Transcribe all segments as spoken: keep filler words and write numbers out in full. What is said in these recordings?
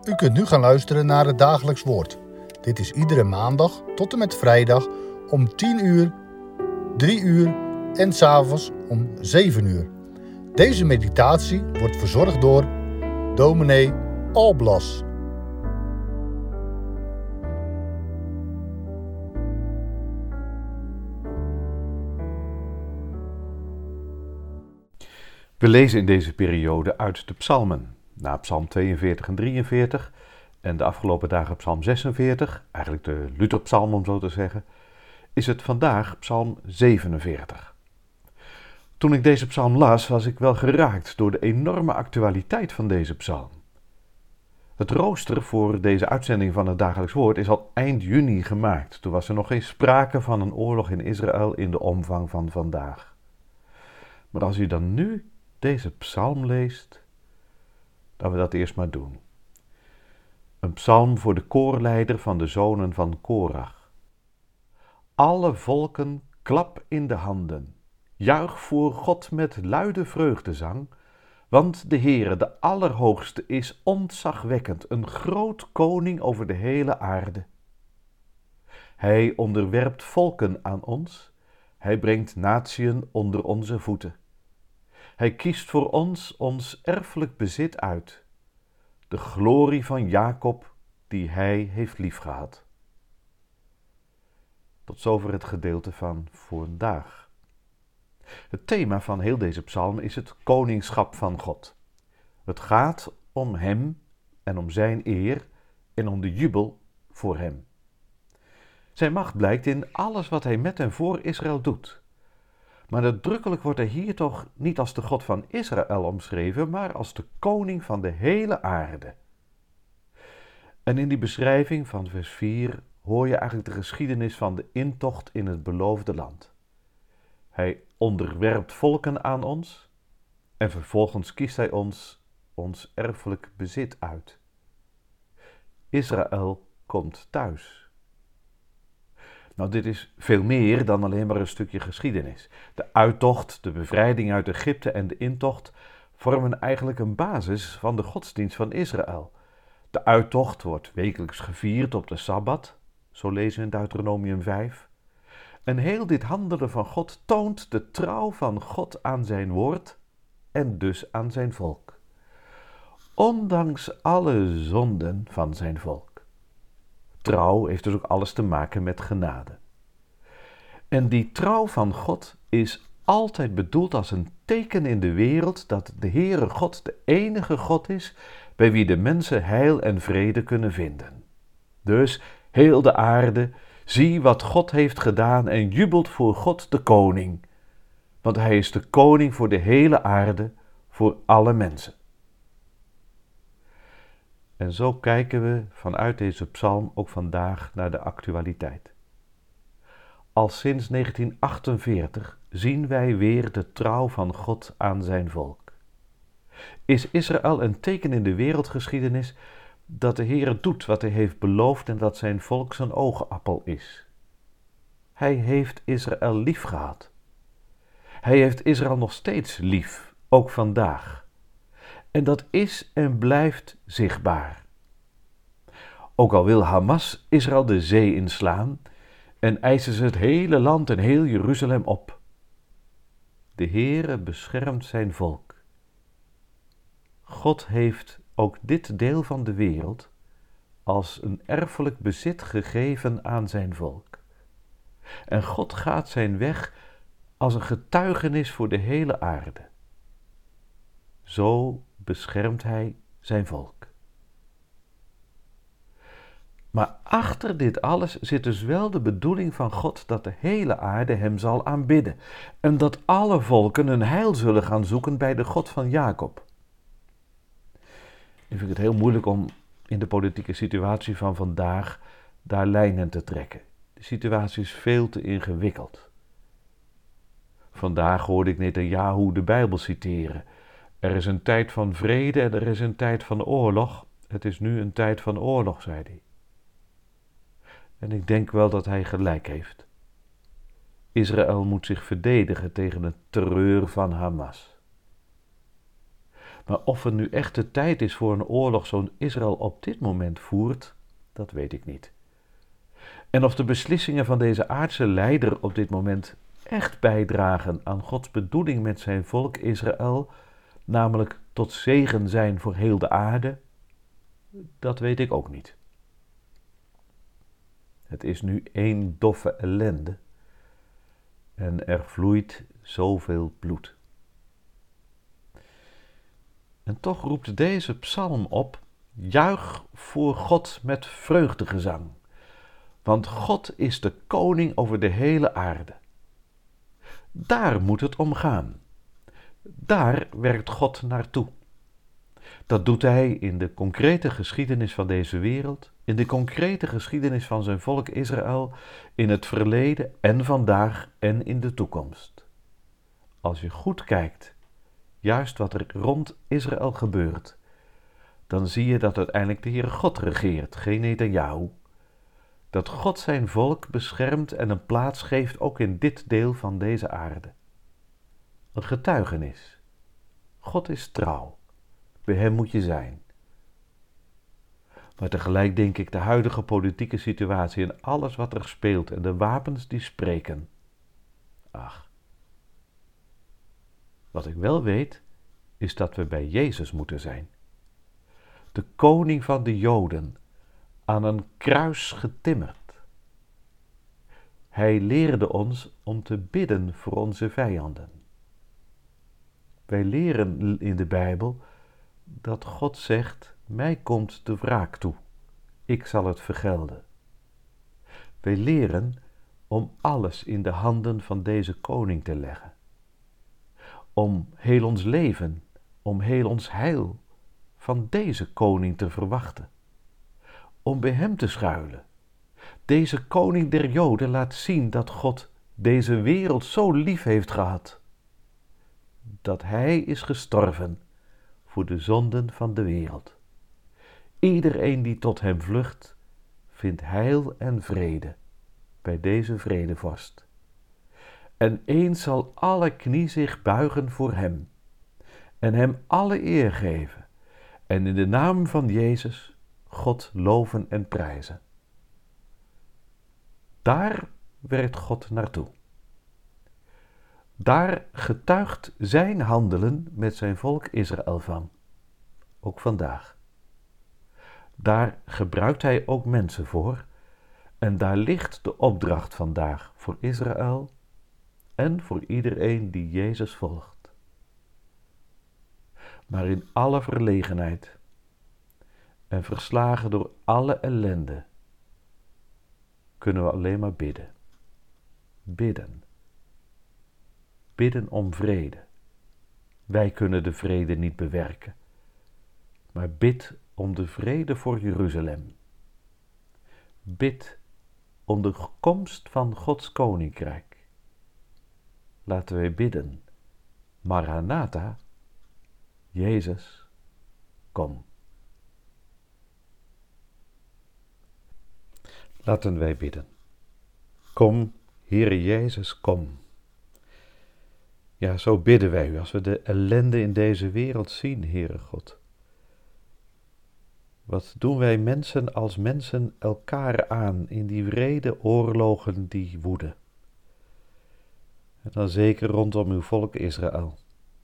U kunt nu gaan luisteren naar het dagelijks woord. Dit is iedere maandag tot en met vrijdag om tien uur, drie uur en 's avonds om zeven uur. Deze meditatie wordt verzorgd door dominee Alblas. We lezen in deze periode uit de psalmen, na psalm tweeënveertig en drieënveertig en de afgelopen dagen psalm zesenveertig, eigenlijk de Lutherpsalm om zo te zeggen, is het vandaag psalm zevenenveertig. Toen ik deze psalm las, was ik wel geraakt door de enorme actualiteit van deze psalm. Het rooster voor deze uitzending van het dagelijks woord is al eind juni gemaakt. Toen was er nog geen sprake van een oorlog in Israël in de omvang van vandaag. Maar als u dan nu deze psalm leest, dan we dat eerst maar doen. Een psalm voor de koorleider van de zonen van Korach. Alle volken, klap in de handen. Juich voor God met luide vreugdezang, want de Heere, de Allerhoogste, is ontzagwekkend, een groot koning over de hele aarde. Hij onderwerpt volken aan ons, hij brengt natieën onder onze voeten. Hij kiest voor ons ons erfelijk bezit uit, de glorie van Jacob die hij heeft liefgehad. Tot zover het gedeelte van vandaag. Het thema van heel deze psalm is het koningschap van God. Het gaat om hem en om zijn eer en om de jubel voor hem. Zijn macht blijkt in alles wat hij met en voor Israël doet. Maar nadrukkelijk wordt hij hier toch niet als de God van Israël omschreven, maar als de koning van de hele aarde. En in die beschrijving van vers vier hoor je eigenlijk de geschiedenis van de intocht in het beloofde land. Hij onderwerpt volken aan ons en vervolgens kiest hij ons, ons erfelijk bezit uit. Israël komt thuis. Nou, dit is veel meer dan alleen maar een stukje geschiedenis. De uittocht, de bevrijding uit Egypte en de intocht vormen eigenlijk een basis van de godsdienst van Israël. De uittocht wordt wekelijks gevierd op de Sabbat, zo lezen we in Deuteronomium vijf. En heel dit handelen van God toont de trouw van God aan zijn woord en dus aan zijn volk. Ondanks alle zonden van zijn volk. Trouw heeft dus ook alles te maken met genade. En die trouw van God is altijd bedoeld als een teken in de wereld dat de Heere God de enige God is bij wie de mensen heil en vrede kunnen vinden. Dus heel de aarde, zie wat God heeft gedaan en jubelt voor God de koning. Want hij is de koning voor de hele aarde, voor alle mensen. En zo kijken we vanuit deze psalm ook vandaag naar de actualiteit. Al sinds negentien achtenveertig zien wij weer de trouw van God aan zijn volk. Is Israël een teken in de wereldgeschiedenis dat de Heere doet wat hij heeft beloofd en dat zijn volk zijn oogappel is. Hij heeft Israël lief gehad. Hij heeft Israël nog steeds lief, ook vandaag. En dat is en blijft zichtbaar. Ook al wil Hamas Israël de zee inslaan en eisen ze het hele land en heel Jeruzalem op. De Heere beschermt zijn volk. God heeft ook dit deel van de wereld als een erfelijk bezit gegeven aan zijn volk. En God gaat zijn weg als een getuigenis voor de hele aarde. Zo beschermt hij zijn volk. Maar achter dit alles zit dus wel de bedoeling van God dat de hele aarde hem zal aanbidden en dat alle volken hun heil zullen gaan zoeken bij de God van Jacob. Nu vind ik het heel moeilijk om in de politieke situatie van vandaag daar lijnen te trekken. De situatie is veel te ingewikkeld. Vandaag hoorde ik Netanyahu de Bijbel citeren. Er is een tijd van vrede en er is een tijd van oorlog. Het is nu een tijd van oorlog, zei hij. En ik denk wel dat hij gelijk heeft. Israël moet zich verdedigen tegen het terreur van Hamas. Maar of er nu echt de tijd is voor een oorlog zoals Israël op dit moment voert, dat weet ik niet. En of de beslissingen van deze aardse leider op dit moment echt bijdragen aan Gods bedoeling met zijn volk Israël, namelijk tot zegen zijn voor heel de aarde, dat weet ik ook niet. Het is nu één doffe ellende en er vloeit zoveel bloed. En toch roept deze psalm op: juich voor God met vreugdegezang, want God is de koning over de hele aarde. Daar moet het om gaan. Daar werkt God naartoe. Dat doet hij in de concrete geschiedenis van deze wereld, in de concrete geschiedenis van zijn volk Israël, in het verleden en vandaag en in de toekomst. Als je goed kijkt, juist wat er rond Israël gebeurt, dan zie je dat uiteindelijk de Heere God regeert, geen Netanjahu. Dat God zijn volk beschermt en een plaats geeft ook in dit deel van deze aarde. Een getuigenis. God is trouw. Bij hem moet je zijn. Maar tegelijk denk ik de huidige politieke situatie en alles wat er speelt en de wapens die spreken. Ach. Wat ik wel weet, is dat we bij Jezus moeten zijn. De koning van de Joden, aan een kruis getimmerd. Hij leerde ons om te bidden voor onze vijanden. Wij leren in de Bijbel dat God zegt: mij komt de wraak toe, ik zal het vergelden. Wij leren om alles in de handen van deze koning te leggen. Om heel ons leven, om heel ons heil van deze koning te verwachten. Om bij hem te schuilen. Deze koning der Joden laat zien dat God deze wereld zo lief heeft gehad, dat hij is gestorven voor de zonden van de wereld. Iedereen die tot hem vlucht, vindt heil en vrede bij deze vredevorst. En eens zal alle knie zich buigen voor hem en hem alle eer geven en in de naam van Jezus God loven en prijzen. Daar werkt God naartoe. Daar getuigt zijn handelen met zijn volk Israël van, ook vandaag. Daar gebruikt hij ook mensen voor en daar ligt de opdracht vandaag voor Israël en voor iedereen die Jezus volgt. Maar in alle verlegenheid en verslagen door alle ellende kunnen we alleen maar bidden. Bidden. Bidden om vrede. Wij kunnen de vrede niet bewerken, maar bid om de vrede voor Jeruzalem. Bid om de komst van Gods koninkrijk. Laten wij bidden: Maranatha, Jezus, kom. Laten wij bidden. Kom, Heere Jezus, kom. Ja, zo bidden wij u als we de ellende in deze wereld zien, Heere God. Wat doen wij mensen als mensen elkaar aan in die wrede oorlogen die woeden? En dan zeker rondom uw volk Israël.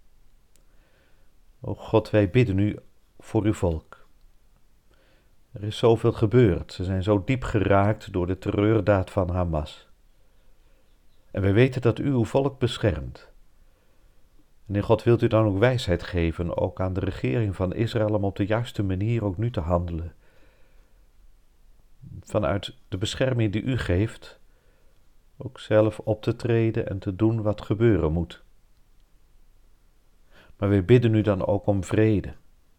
O God, wij bidden u voor uw volk. Er is zoveel gebeurd. Ze zijn zo diep geraakt door de terreurdaad van Hamas. En wij weten dat u uw volk beschermt. En Heer God, wilt u dan ook wijsheid geven, ook aan de regering van Israël, om op de juiste manier ook nu te handelen. Vanuit de bescherming die u geeft, ook zelf op te treden en te doen wat gebeuren moet. Maar wij bidden u dan ook om vrede.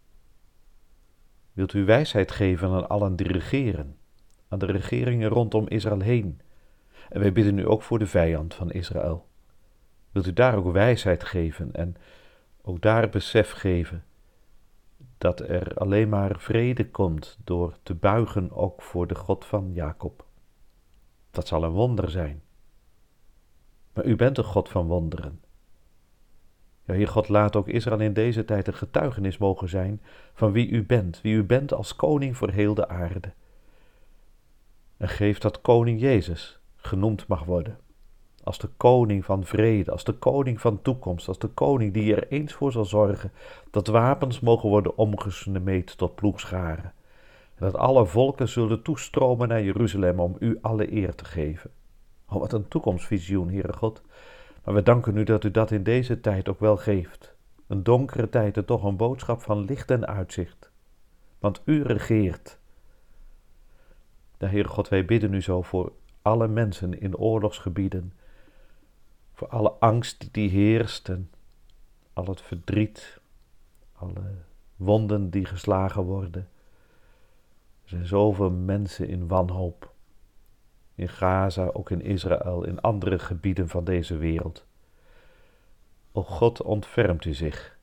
Wilt u wijsheid geven aan allen die regeren, aan de regeringen rondom Israël heen. En wij bidden u ook voor de vijand van Israël. Wilt u daar ook wijsheid geven en ook daar besef geven dat er alleen maar vrede komt door te buigen ook voor de God van Jacob. Dat zal een wonder zijn. Maar u bent een God van wonderen. Ja, Heer God, laat ook Israël in deze tijd een getuigenis mogen zijn van wie u bent, wie u bent als koning voor heel de aarde. En geef dat koning Jezus genoemd mag worden. Als de koning van vrede, als de koning van toekomst, als de koning die er eens voor zal zorgen dat wapens mogen worden omgesmeed tot ploegscharen. En dat alle volken zullen toestromen naar Jeruzalem om u alle eer te geven. Oh, wat een toekomstvisioen, Heere God. Maar we danken u dat u dat in deze tijd ook wel geeft. Een donkere tijd en toch een boodschap van licht en uitzicht. Want u regeert. De Heere God, wij bidden u zo voor alle mensen in oorlogsgebieden. Voor alle angst die heerst en al het verdriet, alle wonden die geslagen worden. Er zijn zoveel mensen in wanhoop. In Gaza, ook in Israël, in andere gebieden van deze wereld. O God, ontfermt u zich.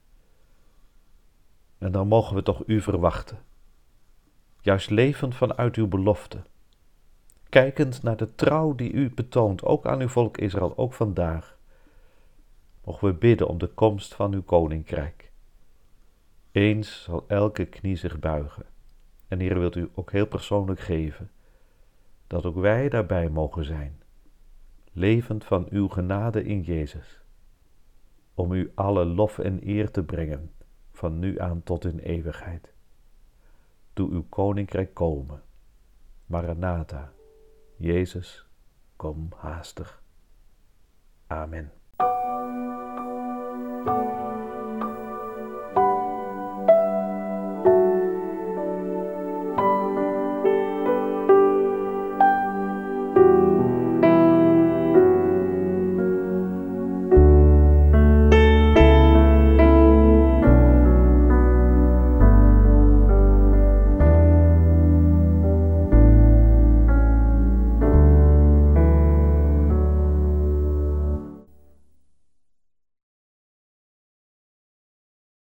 En dan mogen we toch u verwachten. Juist levend vanuit uw belofte. Kijkend naar de trouw die u betoont, ook aan uw volk Israël, ook vandaag. Mogen we bidden om de komst van uw koninkrijk. Eens zal elke knie zich buigen. En Heer, wilt u ook heel persoonlijk geven, dat ook wij daarbij mogen zijn. Levend van uw genade in Jezus. Om u alle lof en eer te brengen, van nu aan tot in eeuwigheid. Doe uw koninkrijk komen. Maranatha, Jezus, kom haastig. Amen.